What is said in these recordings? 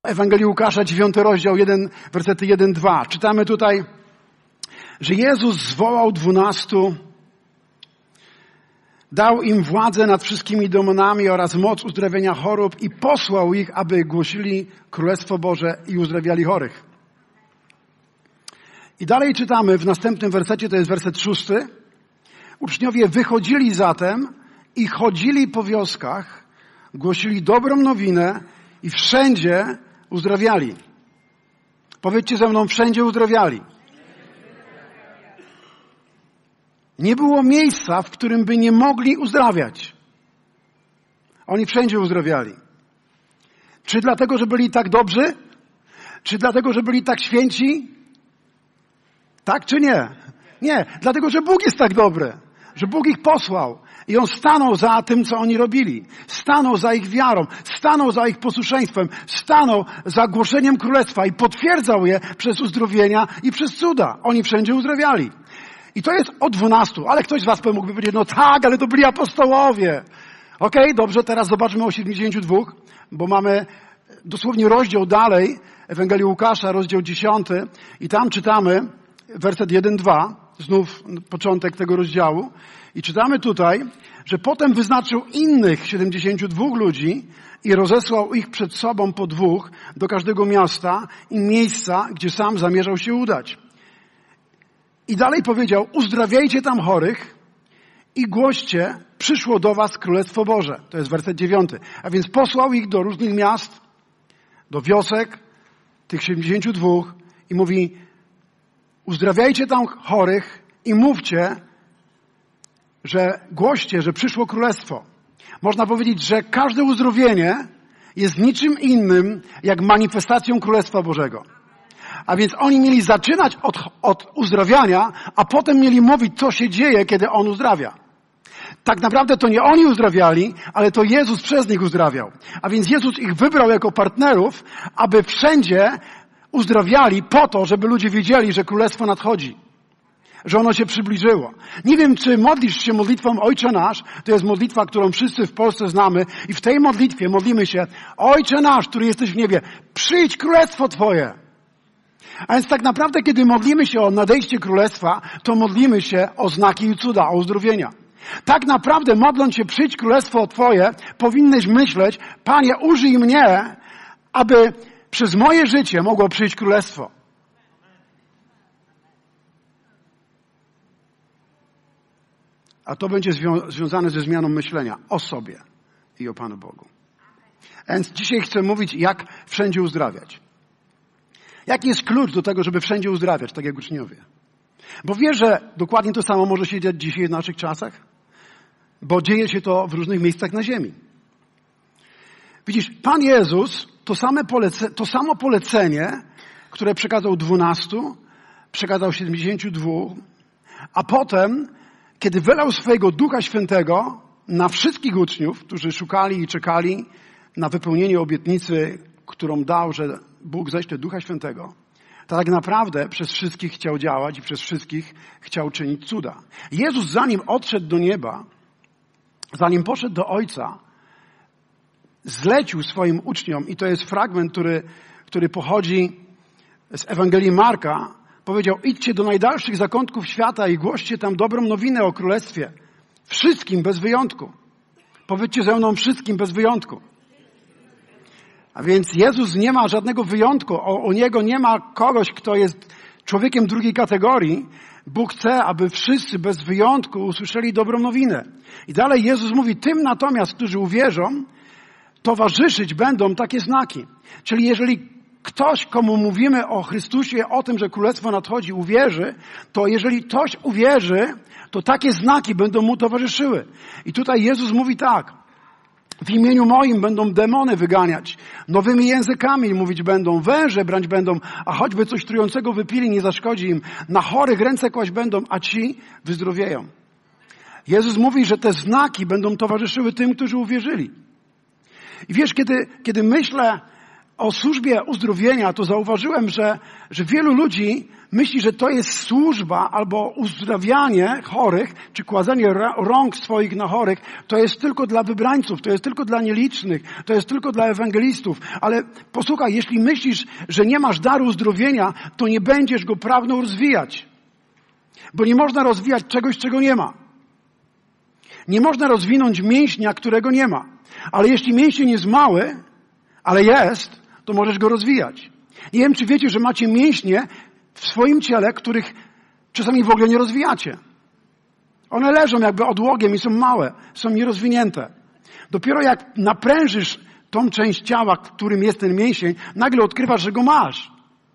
Ewangelii Łukasza, 9 rozdział, wersety 1-2. Czytamy tutaj, że Jezus zwołał 12, dał im władzę nad wszystkimi demonami oraz moc uzdrawiania chorób i posłał ich, aby głosili Królestwo Boże i uzdrawiali chorych. I dalej czytamy w następnym wersecie, to jest werset 6. Uczniowie wychodzili zatem i chodzili po wioskach, głosili dobrą nowinę i wszędzie uzdrawiali. Powiedzcie ze mną, wszędzie uzdrawiali. Nie było miejsca, w którym by nie mogli uzdrawiać. Oni wszędzie uzdrawiali. Czy dlatego, że byli tak dobrzy? Czy dlatego, że byli tak święci? Tak czy nie? Nie, dlatego, że Bóg jest tak dobry. Że Bóg ich posłał. I On stanął za tym, co oni robili. Stanął za ich wiarą. Stanął za ich posłuszeństwem. Stanął za głoszeniem Królestwa i potwierdzał je przez uzdrowienia i przez cuda. Oni wszędzie uzdrawiali. I to jest o 12. Ale ktoś z was mógłby powiedzieć, no tak, ale to byli apostołowie. Okej, dobrze, teraz zobaczmy o 72, bo mamy dosłownie rozdział dalej, Ewangelii Łukasza, rozdział 10 i tam czytamy werset 1-2, znów początek tego rozdziału. I czytamy tutaj, że potem wyznaczył innych 72 ludzi i rozesłał ich przed sobą po 2 do każdego miasta i miejsca, gdzie sam zamierzał się udać. I dalej powiedział, uzdrawiajcie tam chorych i głoście, przyszło do was Królestwo Boże. To jest werset 9. A więc posłał ich do różnych miast, do wiosek, tych 72 i mówi, uzdrawiajcie tam chorych i mówcie, że głoście, że przyszło Królestwo. Można powiedzieć, że każde uzdrowienie jest niczym innym jak manifestacją Królestwa Bożego. A więc oni mieli zaczynać od uzdrawiania, a potem mieli mówić, co się dzieje, kiedy On uzdrawia. Tak naprawdę to nie oni uzdrawiali, ale to Jezus przez nich uzdrawiał. A więc Jezus ich wybrał jako partnerów, aby wszędzie uzdrawiali po to, żeby ludzie wiedzieli, że Królestwo nadchodzi. Że ono się przybliżyło. Nie wiem, czy modlisz się modlitwą Ojcze Nasz. To jest modlitwa, którą wszyscy w Polsce znamy. I w tej modlitwie modlimy się, Ojcze Nasz, który jesteś w niebie, przyjdź Królestwo Twoje. A więc tak naprawdę, kiedy modlimy się o nadejście Królestwa, to modlimy się o znaki i cuda, o uzdrowienia. Tak naprawdę, modląc się, przyjdź Królestwo Twoje, powinnyś myśleć, Panie, użyj mnie, aby przez moje życie mogło przyjść Królestwo. A to będzie związane ze zmianą myślenia o sobie i o Panu Bogu. A więc dzisiaj chcę mówić, jak wszędzie uzdrawiać. Jaki jest klucz do tego, żeby wszędzie uzdrawiać, tak jak uczniowie? Bo wiesz, że dokładnie to samo może się dziać dzisiaj w naszych czasach? Bo dzieje się to w różnych miejscach na ziemi. Widzisz, Pan Jezus to samo polecenie, które przekazał 12, przekazał 72, a potem, kiedy wylał swojego Ducha Świętego na wszystkich uczniów, którzy szukali i czekali na wypełnienie obietnicy, którą dał, że Bóg ześle Ducha Świętego, to tak naprawdę przez wszystkich chciał działać i przez wszystkich chciał czynić cuda. Jezus, zanim odszedł do nieba, zanim poszedł do Ojca, zlecił swoim uczniom, i to jest fragment, który pochodzi z Ewangelii Marka, powiedział, idźcie do najdalszych zakątków świata i głoście tam dobrą nowinę o Królestwie. Wszystkim bez wyjątku. Powiedzcie ze mną, wszystkim bez wyjątku. A więc Jezus nie ma żadnego wyjątku. U Niego nie ma kogoś, kto jest człowiekiem drugiej kategorii. Bóg chce, aby wszyscy bez wyjątku usłyszeli dobrą nowinę. I dalej Jezus mówi, tym natomiast, którzy uwierzą, towarzyszyć będą takie znaki. Czyli jeżeli ktoś, komu mówimy o Chrystusie, o tym, że Królestwo nadchodzi, uwierzy, to jeżeli ktoś uwierzy, to takie znaki będą mu towarzyszyły. I tutaj Jezus mówi tak, w imieniu moim będą demony wyganiać, nowymi językami mówić będą, węże brać będą, a choćby coś trującego wypili, nie zaszkodzi im. Na chorych ręce kłaść będą, a ci wyzdrowieją. Jezus mówi, że te znaki będą towarzyszyły tym, którzy uwierzyli. I wiesz, kiedy myślę o służbie uzdrowienia, to zauważyłem, że wielu ludzi myśli, że to jest służba albo uzdrawianie chorych, czy kładzenie rąk swoich na chorych, to jest tylko dla wybrańców, to jest tylko dla nielicznych, to jest tylko dla ewangelistów. Ale posłuchaj, jeśli myślisz, że nie masz daru uzdrowienia, to nie będziesz go prawno rozwijać. Bo nie można rozwijać czegoś, czego nie ma. Nie można rozwinąć mięśnia, którego nie ma. Ale jeśli mięsień jest mały, ale jest, to możesz go rozwijać. Nie wiem, czy wiecie, że macie mięśnie w swoim ciele, których czasami w ogóle nie rozwijacie. One leżą jakby odłogiem i są małe, są nierozwinięte. Dopiero jak naprężysz tą część ciała, którym jest ten mięsień, nagle odkrywasz, że go masz.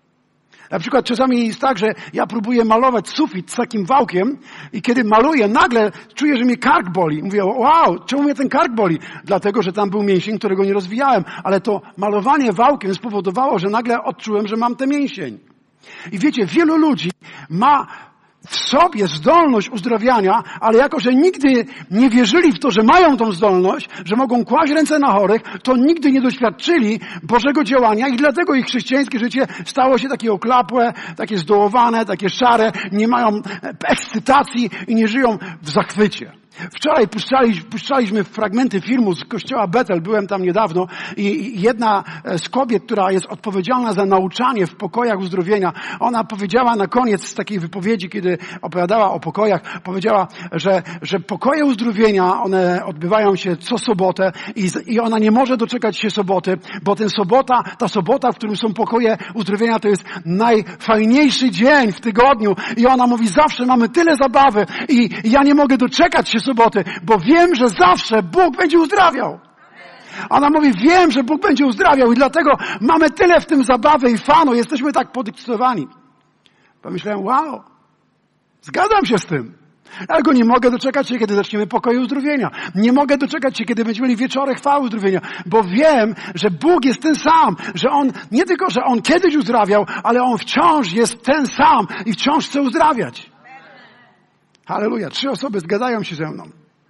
Na przykład czasami jest tak, że ja próbuję malować sufit z takim wałkiem i kiedy maluję, nagle czuję, że mnie kark boli. Mówię, wow, czemu mnie ten kark boli? Dlatego, że tam był mięsień, którego nie rozwijałem. Ale to malowanie wałkiem spowodowało, że nagle odczułem, że mam ten mięsień. I wiecie, wielu ludzi ma w sobie zdolność uzdrawiania, ale jako, że nigdy nie wierzyli w to, że mają tą zdolność, że mogą kłaść ręce na chorych, to nigdy nie doświadczyli Bożego działania i dlatego ich chrześcijańskie życie stało się takie oklapłe, takie zdołowane, takie szare, nie mają ekscytacji i nie żyją w zachwycie. Wczoraj puszczaliśmy fragmenty filmu z kościoła Betel, byłem tam niedawno i jedna z kobiet, która jest odpowiedzialna za nauczanie w pokojach uzdrowienia, ona powiedziała na koniec takiej wypowiedzi, kiedy opowiadała o pokojach, powiedziała, że pokoje uzdrowienia, one odbywają się co sobotę i ona nie może doczekać się soboty, bo ta sobota, w którym są pokoje uzdrowienia, to jest najfajniejszy dzień w tygodniu i ona mówi, zawsze mamy tyle zabawy i ja nie mogę doczekać się soboty, bo wiem, że zawsze Bóg będzie uzdrawiał. Ona mówi, wiem, że Bóg będzie uzdrawiał i dlatego mamy tyle w tym zabawy i fanu, jesteśmy tak podekscytowani. Pomyślałem, wow, zgadzam się z tym. Dlatego nie mogę doczekać się, kiedy zaczniemy pokoju uzdrowienia. Nie mogę doczekać się, kiedy będziemy mieli wieczory chwały uzdrowienia, bo wiem, że Bóg jest ten sam, że On, nie tylko, że On kiedyś uzdrawiał, ale On wciąż jest ten sam i wciąż chce uzdrawiać. Halleluja. 3 osoby zgadzają się ze mną.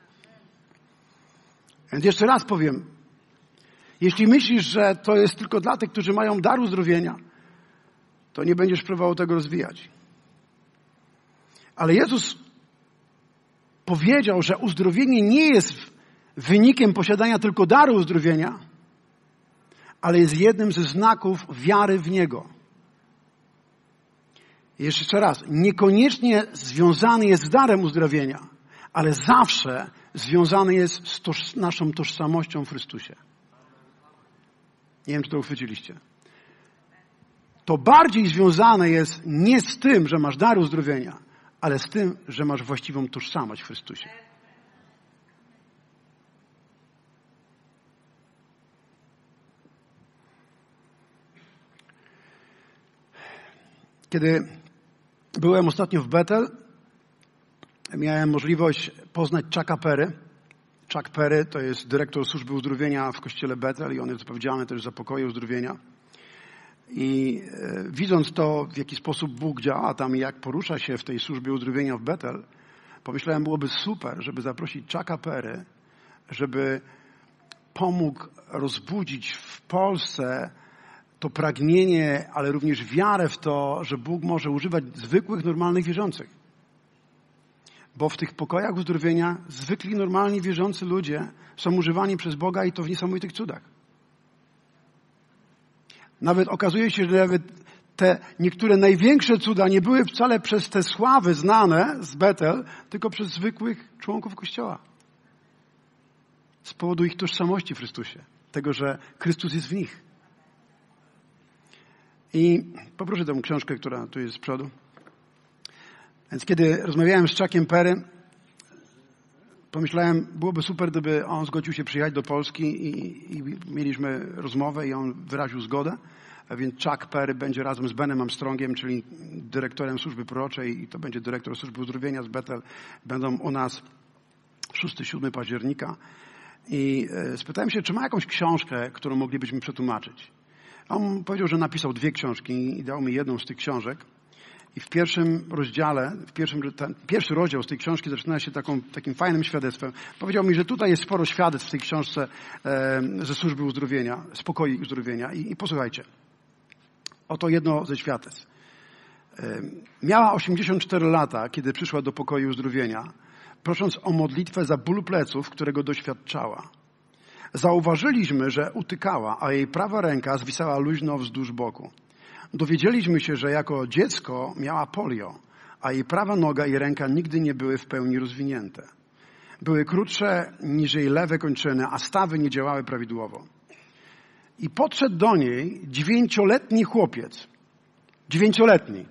Więc jeszcze raz powiem. Jeśli myślisz, że to jest tylko dla tych, którzy mają dar uzdrowienia, to nie będziesz próbował tego rozwijać. Ale Jezus powiedział, że uzdrowienie nie jest wynikiem posiadania tylko daru uzdrowienia, ale jest jednym ze znaków wiary w Niego. Jeszcze raz, niekoniecznie związany jest z darem uzdrowienia, ale zawsze związany jest z naszą tożsamością w Chrystusie. Nie wiem, czy to uchwyciliście. To bardziej związane jest nie z tym, że masz dar uzdrowienia, ale z tym, że masz właściwą tożsamość w Chrystusie. Kiedy byłem ostatnio w Betel, miałem możliwość poznać Chucka Perry. Chuck Perry to jest dyrektor służby uzdrowienia w kościele Betel i on jest odpowiedzialny też za pokoje uzdrowienia. I widząc to, w jaki sposób Bóg działa tam i jak porusza się w tej służbie uzdrowienia w Betel, pomyślałem, byłoby super, żeby zaprosić Chucka Perry, żeby pomógł rozbudzić w Polsce to pragnienie, ale również wiarę w to, że Bóg może używać zwykłych, normalnych wierzących. Bo w tych pokojach uzdrowienia zwykli, normalni, wierzący ludzie są używani przez Boga i to w niesamowitych cudach. Nawet okazuje się, że nawet te niektóre największe cuda nie były wcale przez te sławy znane z Betel, tylko przez zwykłych członków Kościoła. Z powodu ich tożsamości w Chrystusie. Tego, że Chrystus jest w nich. I poproszę tę książkę, która tu jest z przodu. Więc kiedy rozmawiałem z Chuckiem Perry, pomyślałem, byłoby super, gdyby on zgodził się przyjechać do Polski i mieliśmy rozmowę i on wyraził zgodę. A więc Chuck Perry będzie razem z Benem Armstrongiem, czyli dyrektorem służby proroczej i to będzie dyrektor służby uzdrowienia z Betel. Będą u nas 6-7 października. I spytałem się, czy ma jakąś książkę, którą moglibyśmy przetłumaczyć. A on powiedział, że napisał 2 książki i dał mi jedną z tych książek. I w pierwszym rozdziale, pierwszy rozdział z tej książki zaczyna się takim fajnym świadectwem. Powiedział mi, że tutaj jest sporo świadectw w tej książce ze służby uzdrowienia, z pokoi uzdrowienia. I posłuchajcie. Oto jedno ze świadectw. Miała 84 lata, kiedy przyszła do pokoju uzdrowienia, prosząc o modlitwę za ból pleców, którego doświadczała. Zauważyliśmy, że utykała, a jej prawa ręka zwisała luźno wzdłuż boku. Dowiedzieliśmy się, że jako dziecko miała polio, a jej prawa noga i ręka nigdy nie były w pełni rozwinięte. Były krótsze niż jej lewe kończyny, a stawy nie działały prawidłowo. I podszedł do niej 9-letni chłopiec. 9-letni.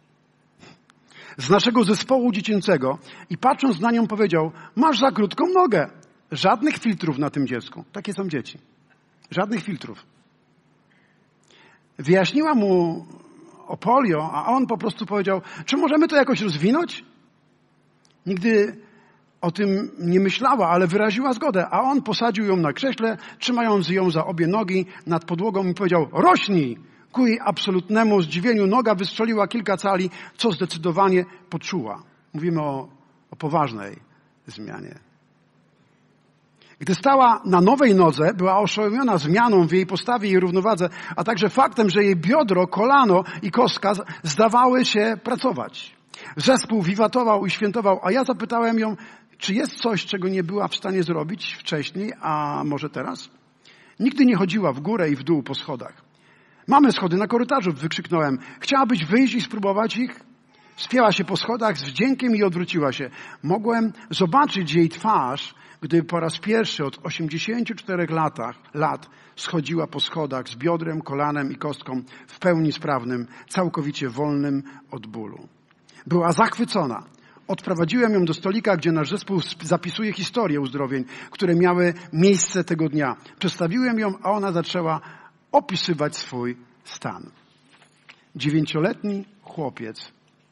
Z naszego zespołu dziecięcego i patrząc na nią powiedział: masz za krótką nogę. Żadnych filtrów na tym dziecku. Takie są dzieci. Żadnych filtrów. Wyjaśniła mu o polio, a on po prostu powiedział: czy możemy to jakoś rozwinąć? Nigdy o tym nie myślała, ale wyraziła zgodę, a on posadził ją na krześle, trzymając ją za obie nogi nad podłogą i powiedział: rośnij! Ku jej absolutnemu zdziwieniu noga wystrzeliła kilka cali, co zdecydowanie poczuła. Mówimy o poważnej zmianie. Gdy stała na nowej nodze, była oszołomiona zmianą w jej postawie i równowadze, a także faktem, że jej biodro, kolano i kostka zdawały się pracować. Zespół wiwatował i świętował, a ja zapytałem ją, czy jest coś, czego nie była w stanie zrobić wcześniej, a może teraz? Nigdy nie chodziła w górę i w dół po schodach. Mamy schody na korytarzu, wykrzyknąłem. Chciałabyś wyjść i spróbować ich? Wspięła się po schodach z wdziękiem i odwróciła się. Mogłem zobaczyć jej twarz, gdy po raz pierwszy od 84 lat schodziła po schodach z biodrem, kolanem i kostką w pełni sprawnym, całkowicie wolnym od bólu. Była zachwycona. Odprowadziłem ją do stolika, gdzie nasz zespół zapisuje historię uzdrowień, które miały miejsce tego dnia. Przedstawiłem ją, a ona zaczęła opisywać swój stan. 9-letni chłopiec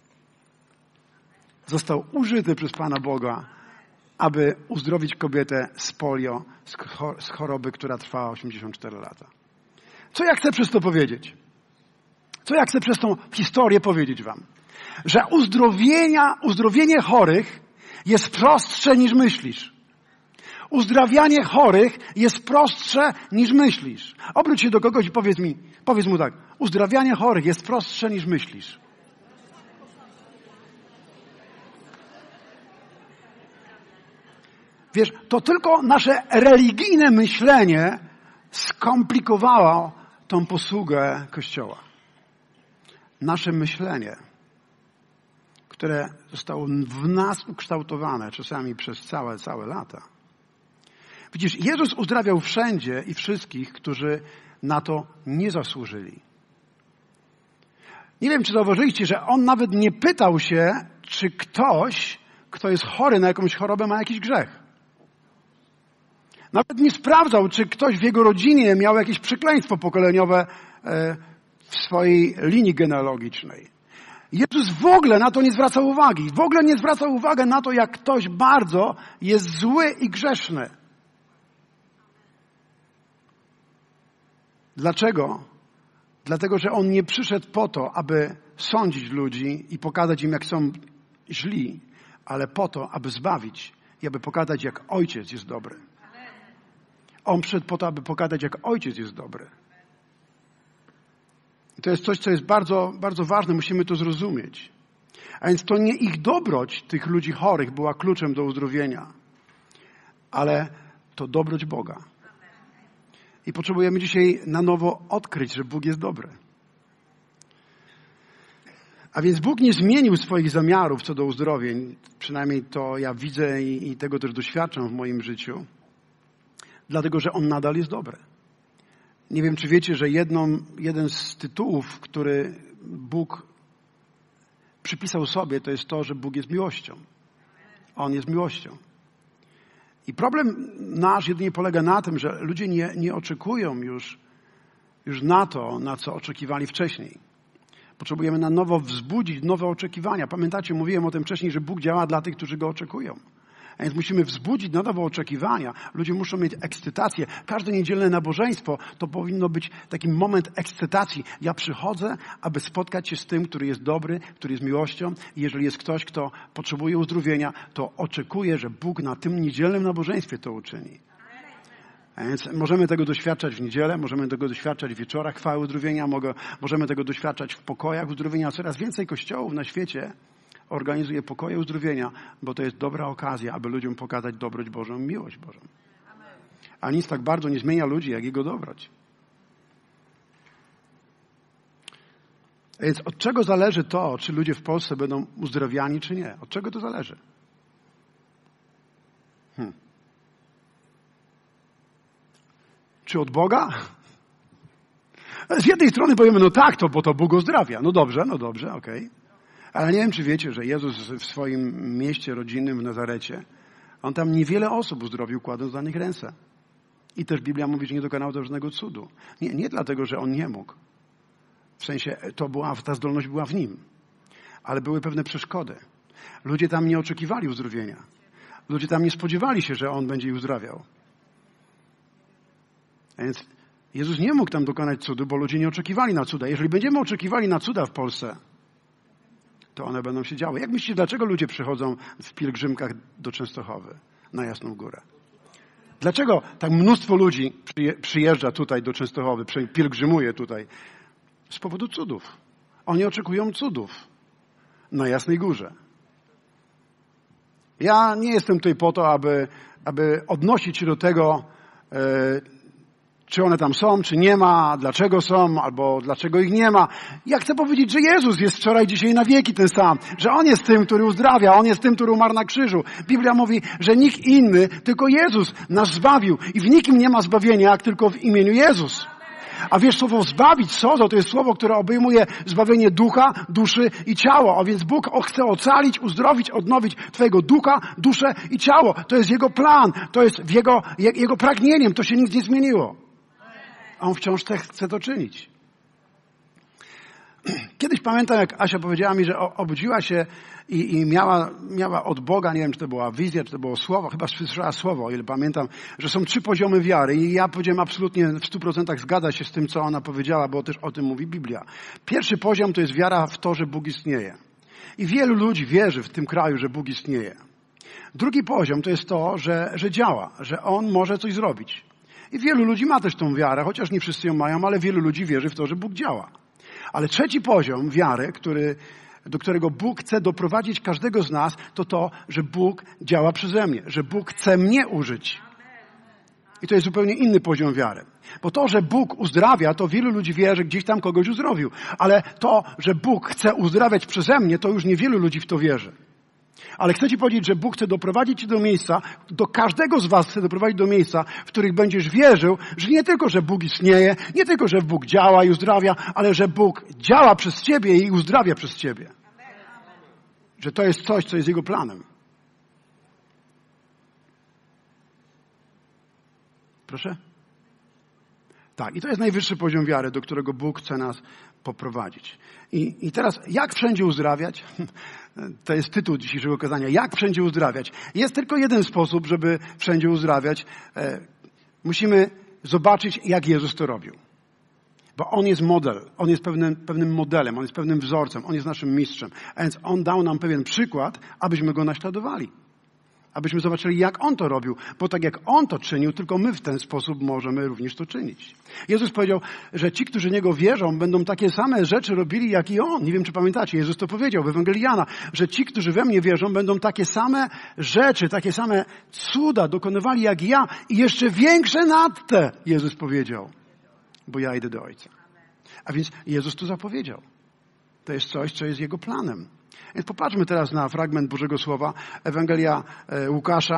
został użyty przez Pana Boga, aby uzdrowić kobietę z polio, z choroby, która trwała 84 lata. Co ja chcę przez to powiedzieć? Co ja chcę przez tą historię powiedzieć wam? Że uzdrowienie chorych jest prostsze niż myślisz. Uzdrawianie chorych jest prostsze niż myślisz. Obróć się do kogoś i powiedz mu tak. Uzdrawianie chorych jest prostsze niż myślisz. Wiesz, to tylko nasze religijne myślenie skomplikowało tą posługę Kościoła. Nasze myślenie, które zostało w nas ukształtowane czasami przez całe lata. Widzisz, Jezus uzdrawiał wszędzie i wszystkich, którzy na to nie zasłużyli. Nie wiem, czy zauważyliście, że On nawet nie pytał się, czy ktoś, kto jest chory na jakąś chorobę, ma jakiś grzech. Nawet nie sprawdzał, czy ktoś w jego rodzinie miał jakieś przekleństwo pokoleniowe w swojej linii genealogicznej. Jezus w ogóle na to nie zwracał uwagi. W ogóle nie zwracał uwagi na to, jak ktoś bardzo jest zły i grzeszny. Dlaczego? Dlatego, że On nie przyszedł po to, aby sądzić ludzi i pokazać im, jak są źli, ale po to, aby zbawić i aby pokazać, jak Ojciec jest dobry. On przyszedł po to, aby pokazać, jak Ojciec jest dobry. I to jest coś, co jest bardzo, bardzo ważne. Musimy to zrozumieć. A więc to nie ich dobroć tych ludzi chorych była kluczem do uzdrowienia, ale to dobroć Boga. I potrzebujemy dzisiaj na nowo odkryć, że Bóg jest dobry. A więc Bóg nie zmienił swoich zamiarów co do uzdrowień. Przynajmniej to ja widzę i tego też doświadczam w moim życiu. Dlatego, że On nadal jest dobry. Nie wiem, czy wiecie, że jeden z tytułów, który Bóg przypisał sobie, to jest to, że Bóg jest miłością. On jest miłością. I problem nasz jedynie polega na tym, że ludzie nie oczekują już na to, na co oczekiwali wcześniej. Potrzebujemy na nowo wzbudzić nowe oczekiwania. Pamiętacie, mówiłem o tym wcześniej, że Bóg działa dla tych, którzy Go oczekują. A więc musimy wzbudzić na nowo oczekiwania. Ludzie muszą mieć ekscytację. Każde niedzielne nabożeństwo to powinno być taki moment ekscytacji. Ja przychodzę, aby spotkać się z tym, który jest dobry, który jest miłością. I jeżeli jest ktoś, kto potrzebuje uzdrowienia, to oczekuję, że Bóg na tym niedzielnym nabożeństwie to uczyni. A więc możemy tego doświadczać w niedzielę, możemy tego doświadczać w wieczorach chwały uzdrowienia, możemy tego doświadczać w pokojach uzdrowienia. Coraz więcej kościołów na świecie organizuje pokoje uzdrowienia, bo to jest dobra okazja, aby ludziom pokazać dobroć Bożą, miłość Bożą. A nic tak bardzo nie zmienia ludzi, jak jego dobroć. A więc od czego zależy to, czy ludzie w Polsce będą uzdrawiani, czy nie? Od czego to zależy? Czy od Boga? Z jednej strony powiemy, no tak, bo to Bóg uzdrawia. No dobrze, okej. Ale nie wiem, czy wiecie, że Jezus w swoim mieście rodzinnym w Nazarecie, On tam niewiele osób uzdrowił, kładąc na nich ręce. I też Biblia mówi, że nie dokonał żadnego cudu. Nie dlatego, że On nie mógł. W sensie, ta zdolność była w Nim. Ale były pewne przeszkody. Ludzie tam nie oczekiwali uzdrowienia. Ludzie tam nie spodziewali się, że On będzie ich uzdrawiał. A więc Jezus nie mógł tam dokonać cudu, bo ludzie nie oczekiwali na cuda. Jeżeli będziemy oczekiwali na cuda w Polsce, to one będą się działy. Jak myślicie, dlaczego ludzie przychodzą w pielgrzymkach do Częstochowy, na Jasną Górę? Dlaczego tak mnóstwo ludzi przyjeżdża tutaj do Częstochowy, pielgrzymuje tutaj? Z powodu cudów. Oni oczekują cudów na Jasnej Górze. Ja nie jestem tutaj po to, aby odnosić się do tego, czy one tam są, czy nie ma, dlaczego są, albo dlaczego ich nie ma. Ja chcę powiedzieć, że Jezus jest wczoraj, dzisiaj i na wieki ten sam. Że On jest tym, który uzdrawia. On jest tym, który umarł na krzyżu. Biblia mówi, że nikt inny, tylko Jezus nas zbawił. I w nikim nie ma zbawienia, jak tylko w imieniu Jezus. A wiesz, słowo zbawić, sozo, to jest słowo, które obejmuje zbawienie ducha, duszy i ciała. A więc Bóg chce ocalić, uzdrowić, odnowić twojego ducha, duszę i ciało. To jest Jego plan. To jest Jego pragnieniem. To się nic nie zmieniło. A On wciąż chce to czynić. Kiedyś pamiętam, jak Asia powiedziała mi, że obudziła się i miała od Boga, nie wiem, czy to była wizja, czy to było słowo, chyba słyszała słowo, o ile pamiętam, że są 3 poziomy wiary. I ja powiedziałem absolutnie w 100% zgadza się z tym, co ona powiedziała, bo też o tym mówi Biblia. Pierwszy poziom to jest wiara w to, że Bóg istnieje. I wielu ludzi wierzy w tym kraju, że Bóg istnieje. Drugi poziom to jest to, że działa, że On może coś zrobić. I wielu ludzi ma też tą wiarę, chociaż nie wszyscy ją mają, ale wielu ludzi wierzy w to, że Bóg działa. Ale trzeci poziom wiary, do którego Bóg chce doprowadzić każdego z nas, to, że Bóg działa przeze mnie, że Bóg chce mnie użyć. I to jest zupełnie inny poziom wiary. Bo to, że Bóg uzdrawia, to wielu ludzi wie, że gdzieś tam kogoś uzdrowił. Ale to, że Bóg chce uzdrawiać przeze mnie, to już niewielu ludzi w to wierzy. Ale chcę Ci powiedzieć, że Bóg chce doprowadzić Cię do miejsca, do każdego z Was chce doprowadzić do miejsca, w których będziesz wierzył, że nie tylko, że Bóg istnieje, nie tylko, że Bóg działa i uzdrawia, ale że Bóg działa przez Ciebie i uzdrawia przez Ciebie. Że to jest coś, co jest Jego planem. Proszę? Tak, i to jest najwyższy poziom wiary, do którego Bóg chce nas poprowadzić. I teraz, jak wszędzie uzdrawiać? To jest tytuł dzisiejszego kazania. Jak wszędzie uzdrawiać? Jest tylko jeden sposób, żeby wszędzie uzdrawiać. Musimy zobaczyć, jak Jezus to robił. Bo On jest model. On jest pewnym modelem. On jest pewnym wzorcem. On jest naszym mistrzem. A więc On dał nam pewien przykład, abyśmy Go naśladowali. Abyśmy zobaczyli, jak On to robił. Bo tak jak On to czynił, tylko my w ten sposób możemy również to czynić. Jezus powiedział, że ci, którzy w Niego wierzą, będą takie same rzeczy robili, jak i On. Nie wiem, czy pamiętacie. Jezus to powiedział w Ewangelii Jana, że ci, którzy we mnie wierzą, będą takie same rzeczy, takie same cuda dokonywali, jak ja. I jeszcze większe nad te, Jezus powiedział. Bo ja idę do Ojca. A więc Jezus to zapowiedział. To jest coś, co jest Jego planem. Więc popatrzmy teraz na fragment Bożego Słowa. Ewangelia Łukasza,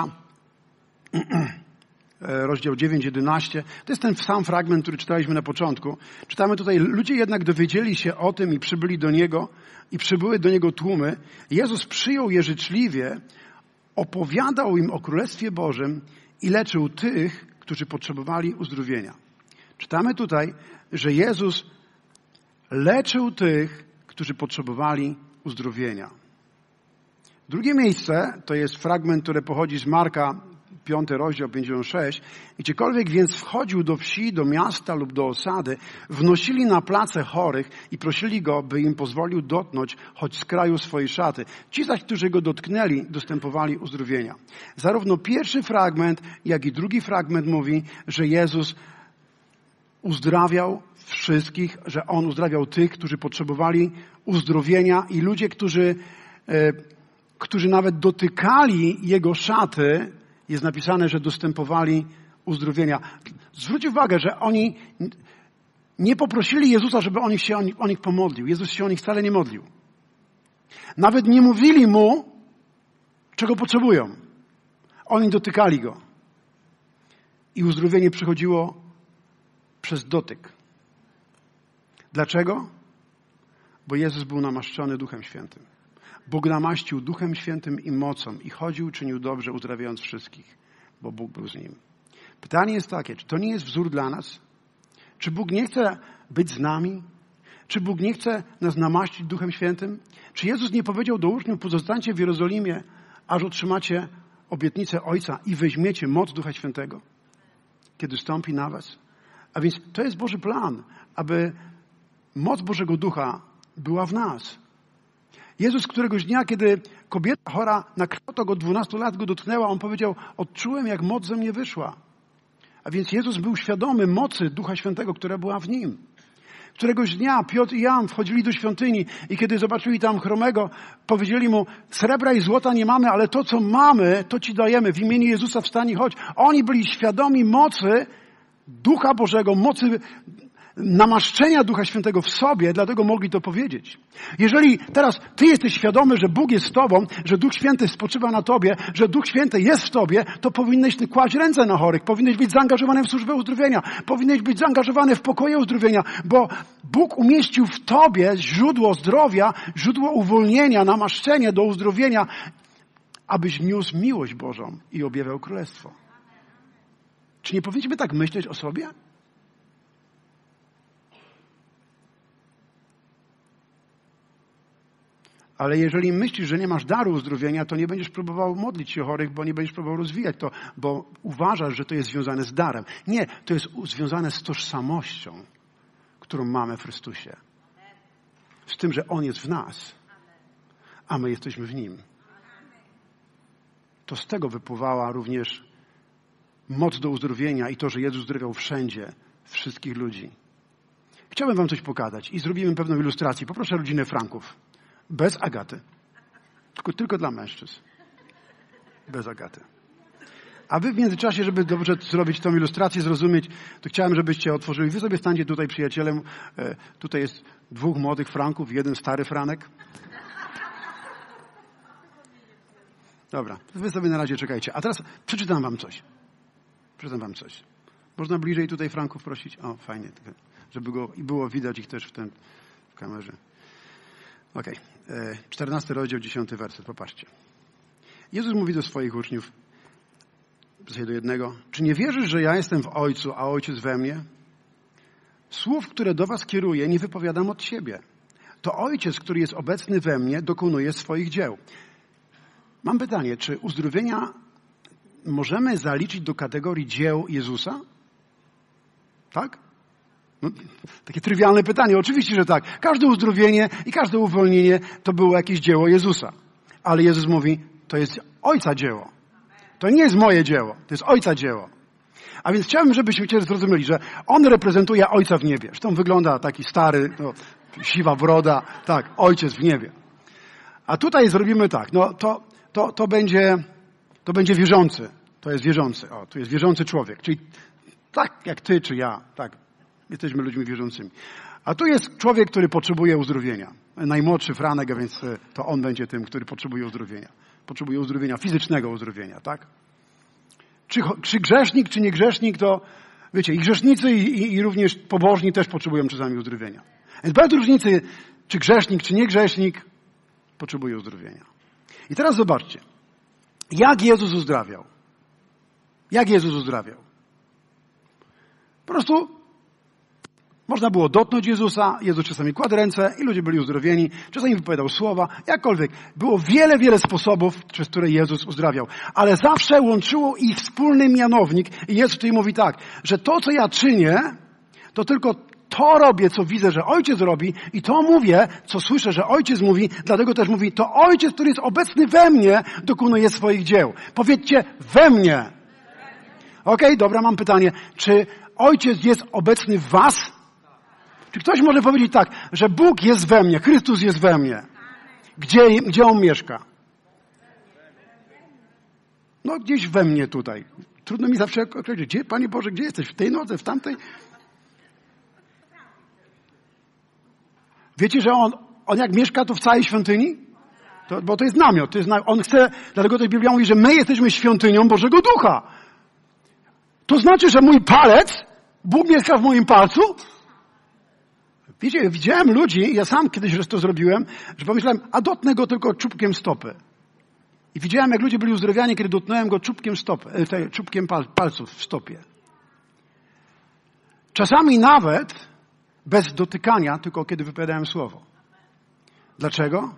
rozdział 9-11. To jest ten sam fragment, który czytaliśmy na początku. Czytamy tutaj, ludzie jednak dowiedzieli się o tym i przybyli do Niego i przybyły do Niego tłumy. Jezus przyjął je życzliwie, opowiadał im o Królestwie Bożym i leczył tych, którzy potrzebowali uzdrowienia. Czytamy tutaj, że Jezus leczył tych, którzy potrzebowali uzdrowienia. Drugie miejsce to jest fragment, który pochodzi z Marka, 5 rozdział 56. Gdziekolwiek więc wchodził do wsi, do miasta lub do osady, wnosili na place chorych i prosili go, by im pozwolił dotknąć choć z kraju swojej szaty. Ci zaś, którzy go dotknęli, dostępowali uzdrowienia. Zarówno pierwszy fragment, jak i drugi fragment mówi, że Jezus uzdrawiał wszystkich, że On uzdrawiał tych, którzy potrzebowali uzdrowienia i ludzie, którzy nawet dotykali Jego szaty, jest napisane, że dostępowali uzdrowienia. Zwróć uwagę, że oni nie poprosili Jezusa, żeby on się o nich pomodlił. Jezus się o nich wcale nie modlił. Nawet nie mówili Mu, czego potrzebują. Oni dotykali Go. I uzdrowienie przychodziło przez dotyk. Dlaczego? Bo Jezus był namaszczony Duchem Świętym. Bóg namaścił Duchem Świętym i mocą i chodził, czynił dobrze, uzdrawiając wszystkich, bo Bóg był z nim. Pytanie jest takie, czy to nie jest wzór dla nas? Czy Bóg nie chce być z nami? Czy Bóg nie chce nas namaścić Duchem Świętym? Czy Jezus nie powiedział do uczniów, pozostańcie w Jerozolimie, aż otrzymacie obietnicę Ojca i weźmiecie moc Ducha Świętego, kiedy stąpi na was? A więc to jest Boży plan, aby moc Bożego Ducha była w nas. Jezus któregoś dnia, kiedy kobieta chora na krwotok od 12 lat go dotknęła, On powiedział, odczułem, jak moc ze mnie wyszła. A więc Jezus był świadomy mocy Ducha Świętego, która była w Nim. Któregoś dnia Piotr i Jan wchodzili do świątyni i kiedy zobaczyli tam chromego, powiedzieli mu, srebra i złota nie mamy, ale to, co mamy, to Ci dajemy. W imieniu Jezusa wstań i chodź. Oni byli świadomi mocy Ducha Bożego, mocy namaszczenia Ducha Świętego w sobie, dlatego mogli to powiedzieć. Jeżeli teraz Ty jesteś świadomy, że Bóg jest z Tobą, że Duch Święty spoczywa na Tobie, że Duch Święty jest w Tobie, to powinieneś kłaść ręce na chorych, powinieneś być zaangażowany w służbę uzdrowienia, powinieneś być zaangażowany w pokoje uzdrowienia, bo Bóg umieścił w Tobie źródło zdrowia, źródło uwolnienia, namaszczenie do uzdrowienia, abyś niósł miłość Bożą i objawiał Królestwo. Czy nie powinniśmy tak myśleć o sobie? Ale jeżeli myślisz, że nie masz daru uzdrowienia, to nie będziesz próbował modlić się o chorych, bo nie będziesz próbował rozwijać to, bo uważasz, że to jest związane z darem. Nie, to jest związane z tożsamością, którą mamy w Chrystusie. Z tym, że On jest w nas, a my jesteśmy w Nim. To z tego wypływała również moc do uzdrowienia i to, że Jezus uzdrowiał wszędzie wszystkich ludzi. Chciałbym wam coś pokazać i zrobimy pewną ilustrację. Poproszę rodzinę Franków. Bez Agaty. Tylko dla mężczyzn. Bez Agaty. A wy w międzyczasie, żeby dobrze zrobić tą ilustrację, zrozumieć, to chciałem, żebyście otworzyli. Wy sobie stańcie tutaj przyjacielem. Tutaj jest 2 młodych Franków, 1 stary Franek. Dobra, wy sobie na razie czekajcie. A teraz przeczytam wam coś. Można bliżej tutaj Franków prosić? O, fajnie. Żeby go i było widać ich też w kamerze. Okej. 14 rozdział, 10 werset. Popatrzcie. Jezus mówi do swoich uczniów, do jednego, czy nie wierzysz, że ja jestem w Ojcu, a Ojciec we mnie? Słów, które do was kieruję, nie wypowiadam od siebie. To Ojciec, który jest obecny we mnie, dokonuje swoich dzieł. Mam pytanie, czy uzdrowienia możemy zaliczyć do kategorii dzieł Jezusa? Tak? No, takie trywialne pytanie. Oczywiście, że tak. Każde uzdrowienie i każde uwolnienie to było jakieś dzieło Jezusa. Ale Jezus mówi, to jest Ojca dzieło. To nie jest moje dzieło. To jest Ojca dzieło. A więc chciałbym, żebyśmy zrozumieli, że On reprezentuje Ojca w niebie. Zresztą wygląda taki stary, siwa broda. Tak, Ojciec w niebie. A tutaj zrobimy tak. No to będzie wierzący. To jest wierzący. O, tu jest wierzący człowiek. Czyli tak jak ty czy ja. Tak. Jesteśmy ludźmi wierzącymi. A tu jest człowiek, który potrzebuje uzdrowienia. Najmłodszy Franek, a więc to on będzie tym, który potrzebuje uzdrowienia. Potrzebuje uzdrowienia, fizycznego uzdrowienia, tak? Czy grzesznik, czy nie grzesznik, to wiecie, i grzesznicy, i również pobożni też potrzebują czasami uzdrowienia. Więc bez różnicy, czy grzesznik, czy nie grzesznik, potrzebuje uzdrowienia. I teraz zobaczcie, jak Jezus uzdrawiał. Jak Jezus uzdrawiał? Po prostu Można było dotknąć Jezusa, Jezus czasami kładł ręce i ludzie byli uzdrowieni, czasami wypowiadał słowa, jakkolwiek. Było wiele sposobów, przez które Jezus uzdrawiał. Ale zawsze łączyło ich wspólny mianownik i Jezus tutaj mówi tak, że to, co ja czynię, to tylko to robię, co widzę, że Ojciec robi i to mówię, co słyszę, że Ojciec mówi, dlatego też mówi, to Ojciec, który jest obecny we mnie, dokonuje swoich dzieł. Powiedzcie, we mnie. Okej, dobra, mam pytanie. Czy Ojciec jest obecny w was? Czy ktoś może powiedzieć tak, że Bóg jest we mnie, Chrystus jest we mnie? Gdzie On mieszka? No gdzieś we mnie tutaj. Trudno mi zawsze określić, gdzie, Panie Boże, gdzie jesteś? W tej nodze, w tamtej? Wiecie, że on jak mieszka, to w całej świątyni? Bo to jest namiot. On chce, dlatego tutaj Biblia mówi, że my jesteśmy świątynią Bożego Ducha. To znaczy, że mój palec, Bóg mieszka w moim palcu? Wiecie, widziałem ludzi, ja sam kiedyś to zrobiłem, że pomyślałem, a dotknę go tylko czubkiem stopy. I widziałem, jak ludzie byli uzdrawiani, kiedy dotknąłem go czubkiem palców w stopie. Czasami nawet bez dotykania, tylko kiedy wypowiadałem słowo. Dlaczego?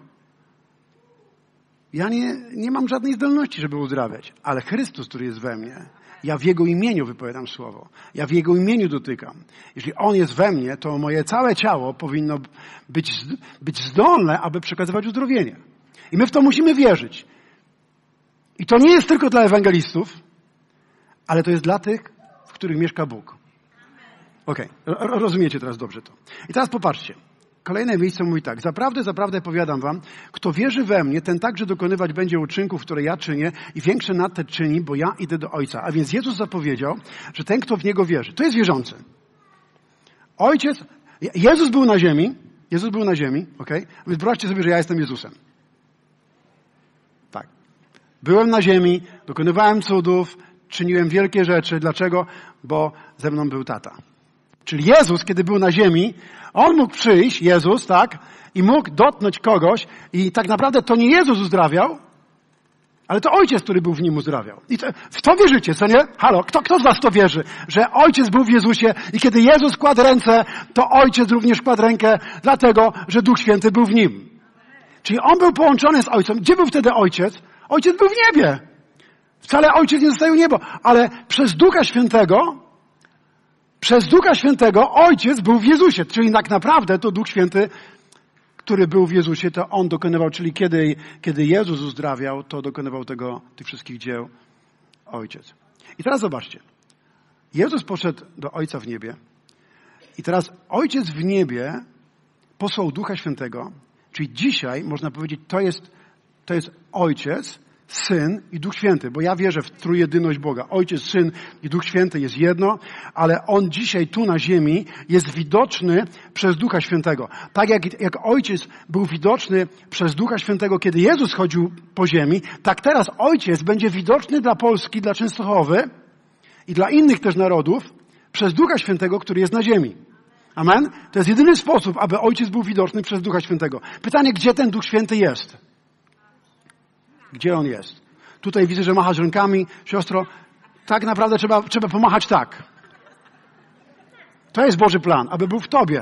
Ja nie mam żadnej zdolności, żeby uzdrawiać, ale Chrystus, który jest we mnie, ja w Jego imieniu wypowiadam słowo. Ja w Jego imieniu dotykam. Jeśli On jest we mnie, to moje całe ciało powinno być zdolne, aby przekazywać uzdrowienie. I my w to musimy wierzyć. I to nie jest tylko dla ewangelistów, ale to jest dla tych, w których mieszka Bóg. Okej, rozumiecie teraz dobrze to. I teraz popatrzcie. Kolejne miejsce mówi tak. Zaprawdę powiadam wam, kto wierzy we mnie, ten także dokonywać będzie uczynków, które ja czynię i większe nad te czyni, bo ja idę do Ojca. A więc Jezus zapowiedział, że ten, kto w Niego wierzy, to jest wierzący. Jezus był na ziemi, okej? A więc wyobraźcie sobie, że ja jestem Jezusem. Tak. Byłem na ziemi, dokonywałem cudów, czyniłem wielkie rzeczy. Dlaczego? Bo ze mną był tata. Czyli Jezus, kiedy był na ziemi, On mógł przyjść, Jezus, tak, i mógł dotknąć kogoś i tak naprawdę to nie Jezus uzdrawiał, ale to Ojciec, który był w Nim uzdrawiał. I w to wierzycie, co nie? Halo, kto z was to wierzy? Że Ojciec był w Jezusie i kiedy Jezus kładł ręce, to Ojciec również kładł rękę, dlatego, że Duch Święty był w Nim. Czyli On był połączony z Ojcem. Gdzie był wtedy Ojciec? Ojciec był w niebie. Wcale Ojciec nie zostawił niebo, ale przez Ducha Świętego Ojciec był w Jezusie. Czyli tak naprawdę to Duch Święty, który był w Jezusie, to On dokonywał, czyli kiedy Jezus uzdrawiał, to dokonywał tych wszystkich dzieł Ojciec. I teraz zobaczcie. Jezus poszedł do Ojca w niebie i teraz Ojciec w niebie posłał Ducha Świętego, czyli dzisiaj można powiedzieć, to jest Ojciec, Syn i Duch Święty, bo ja wierzę w trójjedyność Boga. Ojciec, Syn i Duch Święty jest jedno, ale On dzisiaj tu na ziemi jest widoczny przez Ducha Świętego. Tak jak Ojciec był widoczny przez Ducha Świętego, kiedy Jezus chodził po ziemi, tak teraz Ojciec będzie widoczny dla Polski, dla Częstochowy i dla innych też narodów przez Ducha Świętego, który jest na ziemi. Amen? To jest jedyny sposób, aby Ojciec był widoczny przez Ducha Świętego. Pytanie, gdzie ten Duch Święty jest? Gdzie On jest? Tutaj widzę, że machasz rękami. Siostro, tak naprawdę trzeba pomachać tak. To jest Boży plan, aby był w tobie.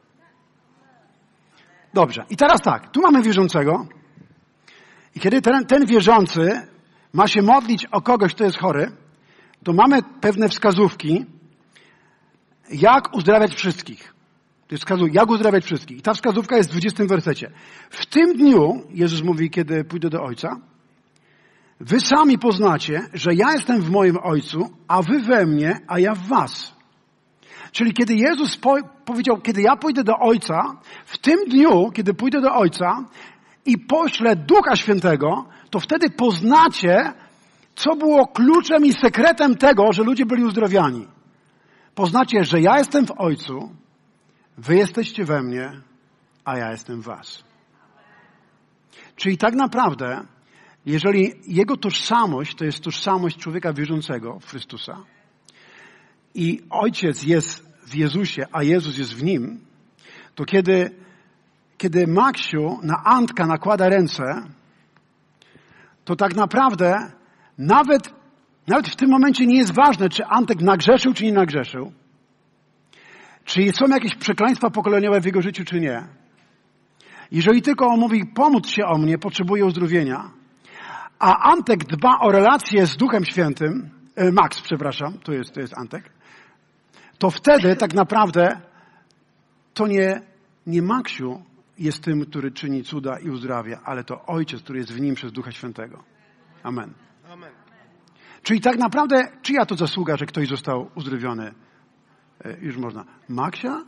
Dobrze. I teraz tak. Tu mamy wierzącego. I kiedy ten wierzący ma się modlić o kogoś, kto jest chory, to mamy pewne wskazówki, jak uzdrawiać wszystkich. To jest wskazówka, jak uzdrawiać wszystkich. I ta wskazówka jest w 20 wersecie. W tym dniu, Jezus mówi, kiedy pójdę do Ojca, wy sami poznacie, że ja jestem w moim Ojcu, a wy we mnie, a ja w was. Czyli kiedy Jezus powiedział, kiedy ja pójdę do Ojca, w tym dniu, kiedy pójdę do Ojca i poślę Ducha Świętego, to wtedy poznacie, co było kluczem i sekretem tego, że ludzie byli uzdrawiani. Poznacie, że ja jestem w Ojcu, wy jesteście we mnie, a ja jestem w was. Czyli tak naprawdę, jeżeli Jego tożsamość to jest tożsamość człowieka wierzącego w Chrystusa i Ojciec jest w Jezusie, a Jezus jest w Nim, to kiedy Maksiu na Antka nakłada ręce, to tak naprawdę nawet w tym momencie nie jest ważne, czy Antek nagrzeszył, czy nie nagrzeszył. Czy są jakieś przekleństwa pokoleniowe w jego życiu, czy nie? Jeżeli tylko on mówi, pomóc się o mnie, potrzebuje uzdrowienia, a Antek dba o relację z Duchem Świętym, Max, przepraszam, to jest Antek, to wtedy tak naprawdę to nie Maksiu jest tym, który czyni cuda i uzdrawia, ale to Ojciec, który jest w nim przez Ducha Świętego. Amen. Amen. Czyli tak naprawdę, czyja to zasługa, że ktoś został uzdrowiony? Już można. Maksia?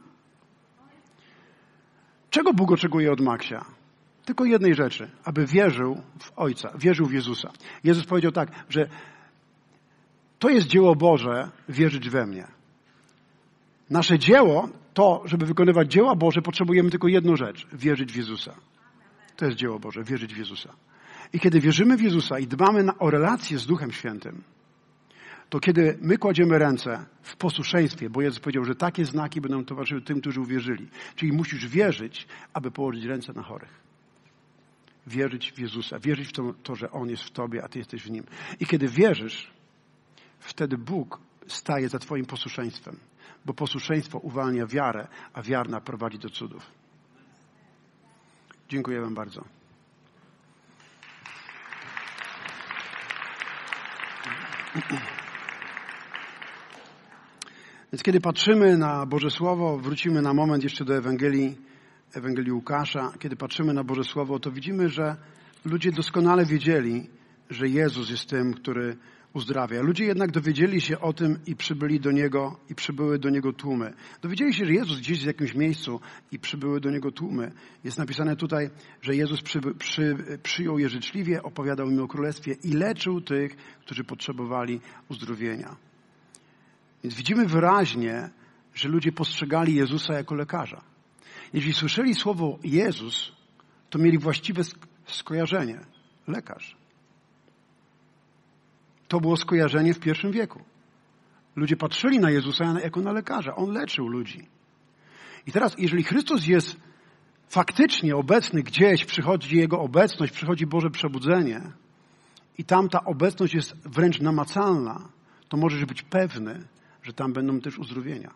Czego Bóg oczekuje od Maksia? Tylko jednej rzeczy. Aby wierzył w Ojca, wierzył w Jezusa. Jezus powiedział tak, że to jest dzieło Boże, wierzyć we mnie. Nasze dzieło, to, żeby wykonywać dzieła Boże, potrzebujemy tylko jedną rzecz. Wierzyć w Jezusa. To jest dzieło Boże, wierzyć w Jezusa. I kiedy wierzymy w Jezusa i dbamy o relację z Duchem Świętym, to kiedy my kładziemy ręce w posłuszeństwie, bo Jezus powiedział, że takie znaki będą towarzyszyły tym, którzy uwierzyli. Czyli musisz wierzyć, aby położyć ręce na chorych. Wierzyć w Jezusa. Wierzyć w to, że On jest w tobie, a ty jesteś w Nim. I kiedy wierzysz, wtedy Bóg staje za twoim posłuszeństwem. Bo posłuszeństwo uwalnia wiarę, a wiara prowadzi do cudów. Dziękuję wam bardzo. Więc kiedy patrzymy na Boże Słowo, wrócimy na moment jeszcze do Ewangelii Łukasza. Kiedy patrzymy na Boże Słowo, to widzimy, że ludzie doskonale wiedzieli, że Jezus jest tym, który uzdrawia. Ludzie jednak dowiedzieli się o tym i przybyły do Niego tłumy. Dowiedzieli się, że Jezus gdzieś w jakimś miejscu i przybyły do Niego tłumy. Jest napisane tutaj, że Jezus przyjął je życzliwie, opowiadał im o Królestwie i leczył tych, którzy potrzebowali uzdrowienia. Więc widzimy wyraźnie, że ludzie postrzegali Jezusa jako lekarza. Jeśli słyszeli słowo Jezus, to mieli właściwe skojarzenie. Lekarz. To było skojarzenie w I wieku. Ludzie patrzyli na Jezusa jako na lekarza. On leczył ludzi. I teraz, jeżeli Chrystus jest faktycznie obecny gdzieś, przychodzi Jego obecność, przychodzi Boże przebudzenie i tam ta obecność jest wręcz namacalna, to możesz być pewny, że tam będą też uzdrowienia.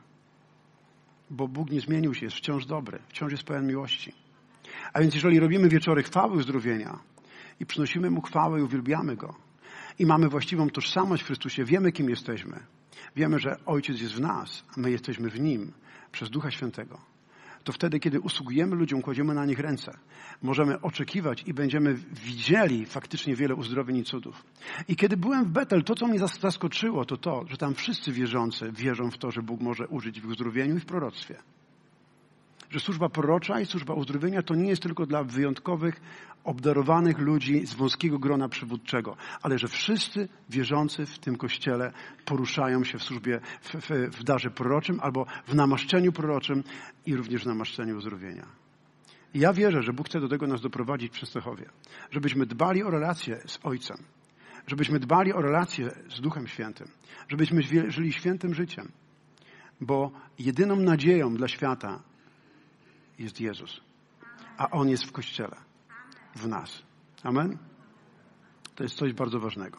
Bo Bóg nie zmienił się, jest wciąż dobry, wciąż jest pełen miłości. A więc jeżeli robimy wieczory chwały uzdrowienia i przynosimy Mu chwałę i uwielbiamy Go i mamy właściwą tożsamość w Chrystusie, wiemy, kim jesteśmy. Wiemy, że Ojciec jest w nas, a my jesteśmy w Nim przez Ducha Świętego. To wtedy, kiedy usługujemy ludziom, kładziemy na nich ręce, możemy oczekiwać i będziemy widzieli faktycznie wiele uzdrowień i cudów. I kiedy byłem w Betel, to, co mnie zaskoczyło, to to, że tam wszyscy wierzący wierzą w to, że Bóg może użyć w uzdrowieniu i w proroctwie. Że służba prorocza i służba uzdrowienia to nie jest tylko dla wyjątkowych, obdarowanych ludzi z wąskiego grona przywódczego, ale że wszyscy wierzący w tym Kościele poruszają się w służbie, w darze proroczym albo w namaszczeniu proroczym i również w namaszczeniu uzdrowienia. I ja wierzę, że Bóg chce do tego nas doprowadzić w Częstochowie. Żebyśmy dbali o relacje z Ojcem. Żebyśmy dbali o relacje z Duchem Świętym. Żebyśmy żyli świętym życiem. Bo jedyną nadzieją dla świata jest Jezus. A On jest w Kościele. W nas. Amen? To jest coś bardzo ważnego.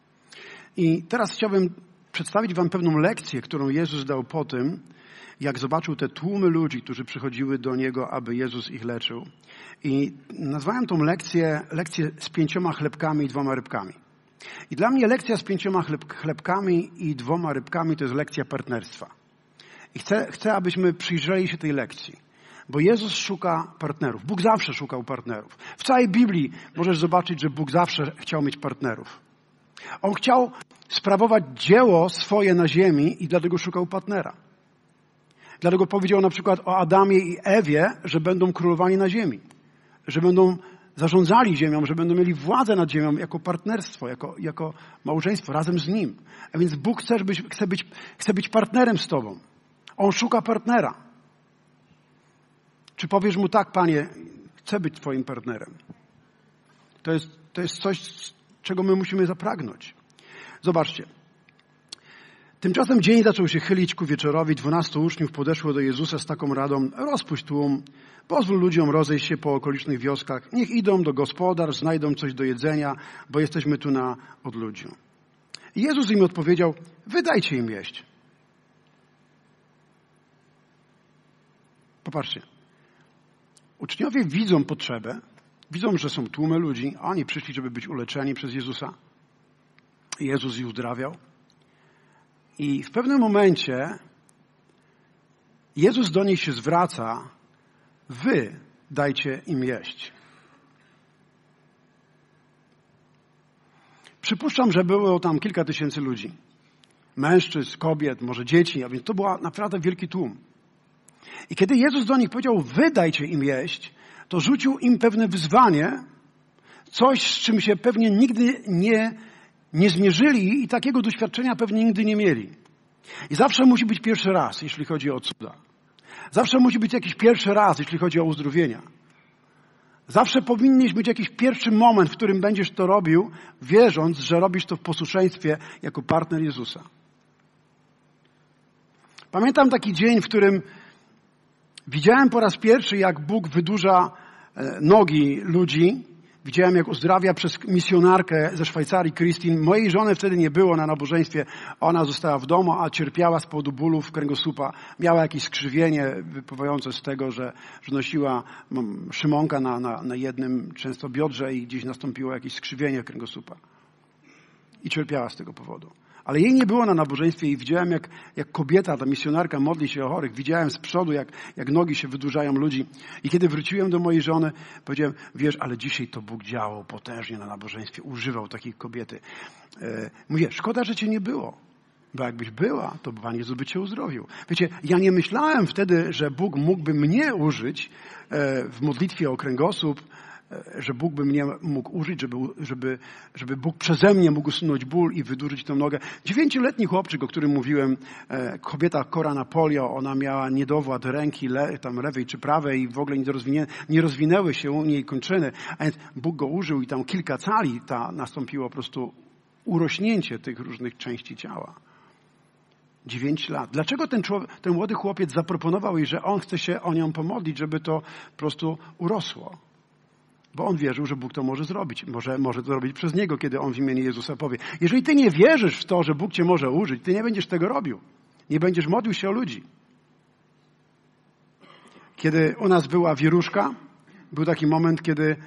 I teraz chciałbym przedstawić wam pewną lekcję, którą Jezus dał po tym, jak zobaczył te tłumy ludzi, którzy przychodziły do Niego, aby Jezus ich leczył. I nazwałem tą lekcję z 5 chlebkami i 2 rybkami. I dla mnie lekcja z 5 chlebkami i 2 rybkami to jest lekcja partnerstwa. I chcę, abyśmy przyjrzeli się tej lekcji. Bo Jezus szuka partnerów. Bóg zawsze szukał partnerów. W całej Biblii możesz zobaczyć, że Bóg zawsze chciał mieć partnerów. On chciał sprawować dzieło swoje na ziemi i dlatego szukał partnera. Dlatego powiedział na przykład o Adamie i Ewie, że będą królowali na ziemi. Że będą zarządzali ziemią, że będą mieli władzę nad ziemią jako partnerstwo, jako małżeństwo razem z Nim. A więc Bóg chce być partnerem z tobą. On szuka partnera. Czy powiesz Mu tak, Panie, chcę być Twoim partnerem? To jest coś, czego my musimy zapragnąć. Zobaczcie. Tymczasem dzień zaczął się chylić ku wieczorowi. 12 uczniów podeszło do Jezusa z taką radą: rozpuść tłum, pozwól ludziom rozejść się po okolicznych wioskach. Niech idą do gospodarstw, znajdą coś do jedzenia, bo jesteśmy tu na odludziu. I Jezus im odpowiedział: wydajcie im jeść. Popatrzcie. Uczniowie widzą potrzebę, widzą, że są tłumy ludzi, a oni przyszli, żeby być uleczeni przez Jezusa. Jezus ich uzdrawiał. I w pewnym momencie Jezus do nich się zwraca, wy dajcie im jeść. Przypuszczam, że było tam kilka tysięcy ludzi. Mężczyzn, kobiet, może dzieci, a więc to był naprawdę wielki tłum. I kiedy Jezus do nich powiedział, wy dajcie im jeść, to rzucił im pewne wyzwanie, coś, z czym się pewnie nigdy nie zmierzyli i takiego doświadczenia pewnie nigdy nie mieli. I zawsze musi być pierwszy raz, jeśli chodzi o cuda. Zawsze musi być jakiś pierwszy raz, jeśli chodzi o uzdrowienia. Zawsze powinieneś mieć jakiś pierwszy moment, w którym będziesz to robił, wierząc, że robisz to w posłuszeństwie jako partner Jezusa. Pamiętam taki dzień, w którym widziałem po raz pierwszy, jak Bóg wydłuża nogi ludzi. Widziałem, jak uzdrawia przez misjonarkę ze Szwajcarii, Christine. Mojej żony wtedy nie było na nabożeństwie. Ona została w domu, a cierpiała z powodu bólów kręgosłupa. Miała jakieś skrzywienie wypływające z tego, że nosiła szymonka na jednym często biodrze i gdzieś nastąpiło jakieś skrzywienie kręgosłupa. I cierpiała z tego powodu. Ale jej nie było na nabożeństwie i widziałem, jak kobieta, ta misjonarka modli się o chorych. Widziałem z przodu, jak nogi się wydłużają ludzi. I kiedy wróciłem do mojej żony, powiedziałem, wiesz, ale dzisiaj to Bóg działał potężnie na nabożeństwie. Używał takiej kobiety. Mówię, szkoda, że cię nie było. Bo jakbyś była, to Pan Jezus by cię uzdrowił. Wiecie, ja nie myślałem wtedy, że Bóg mógłby mnie użyć w modlitwie o kręgosłup, że Bóg by mnie mógł użyć, żeby Bóg przeze mnie mógł usunąć ból i wydłużyć tę nogę. 9-letni chłopczyk, o którym mówiłem, kobieta chora na polio, ona miała niedowład ręki, tam lewej czy prawej i w ogóle nie rozwinęły się u niej kończyny, a więc Bóg go użył i tam kilka cali nastąpiło po prostu urośnięcie tych różnych części ciała. 9 lat. Dlaczego ten młody chłopiec zaproponował jej, że on chce się o nią pomodlić, żeby to po prostu urosło? Bo on wierzył, że Bóg to może zrobić. Może to zrobić przez niego, kiedy on w imieniu Jezusa powie. Jeżeli ty nie wierzysz w to, że Bóg cię może użyć, ty nie będziesz tego robił. Nie będziesz modlił się o ludzi. Kiedy u nas była wieruszka, był taki moment,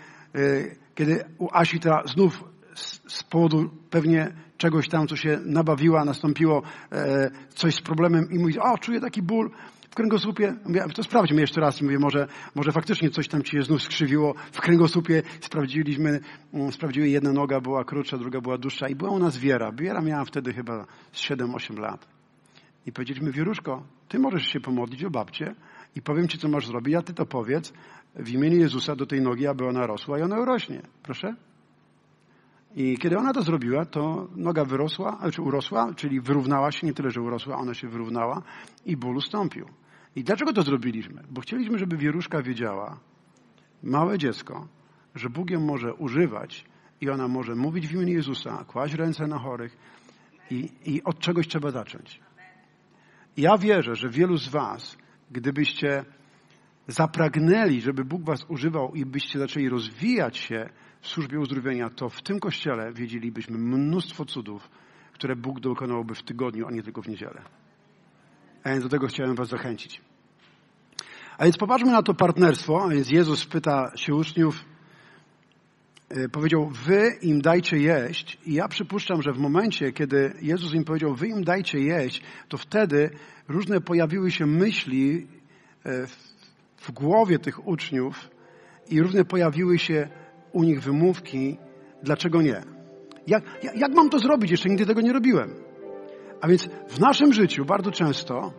kiedy u Asi znów z powodu pewnie czegoś tam, co się nabawiła, nastąpiło coś z problemem i mówi, czuję taki ból w kręgosłupie. Mówię, to sprawdźmy jeszcze raz. Mówię, może faktycznie coś tam ci się znów skrzywiło w kręgosłupie. Sprawdziły, jedna noga była krótsza, druga była dłuższa i była u nas Wiera. Wiera miała wtedy chyba 7-8 lat. I powiedzieliśmy, Wieruszko, ty możesz się pomodlić o babcię i powiem ci, co masz zrobić, a ty to powiedz w imieniu Jezusa do tej nogi, aby ona rosła i ona urośnie. Proszę? I kiedy ona to zrobiła, to noga urosła, czyli wyrównała się, nie tyle, że urosła, ona się wyrównała i ból ustąpił. I dlaczego to zrobiliśmy? Bo chcieliśmy, żeby Wieruszka wiedziała, małe dziecko, że Bóg ją może używać i ona może mówić w imieniu Jezusa, kłaść ręce na chorych i od czegoś trzeba zacząć. Ja wierzę, że wielu z was, gdybyście zapragnęli, żeby Bóg was używał i byście zaczęli rozwijać się w służbie uzdrowienia, to w tym kościele wiedzielibyśmy mnóstwo cudów, które Bóg dokonałby w tygodniu, a nie tylko w niedzielę. A więc do tego chciałem was zachęcić. A więc popatrzmy na to partnerstwo. A więc Jezus pyta się uczniów, powiedział, wy im dajcie jeść. I ja przypuszczam, że w momencie, kiedy Jezus im powiedział, wy im dajcie jeść, to wtedy różne pojawiły się myśli w głowie tych uczniów i różne pojawiły się u nich wymówki, dlaczego nie. Jak mam to zrobić? Jeszcze nigdy tego nie robiłem. A więc w naszym życiu bardzo często,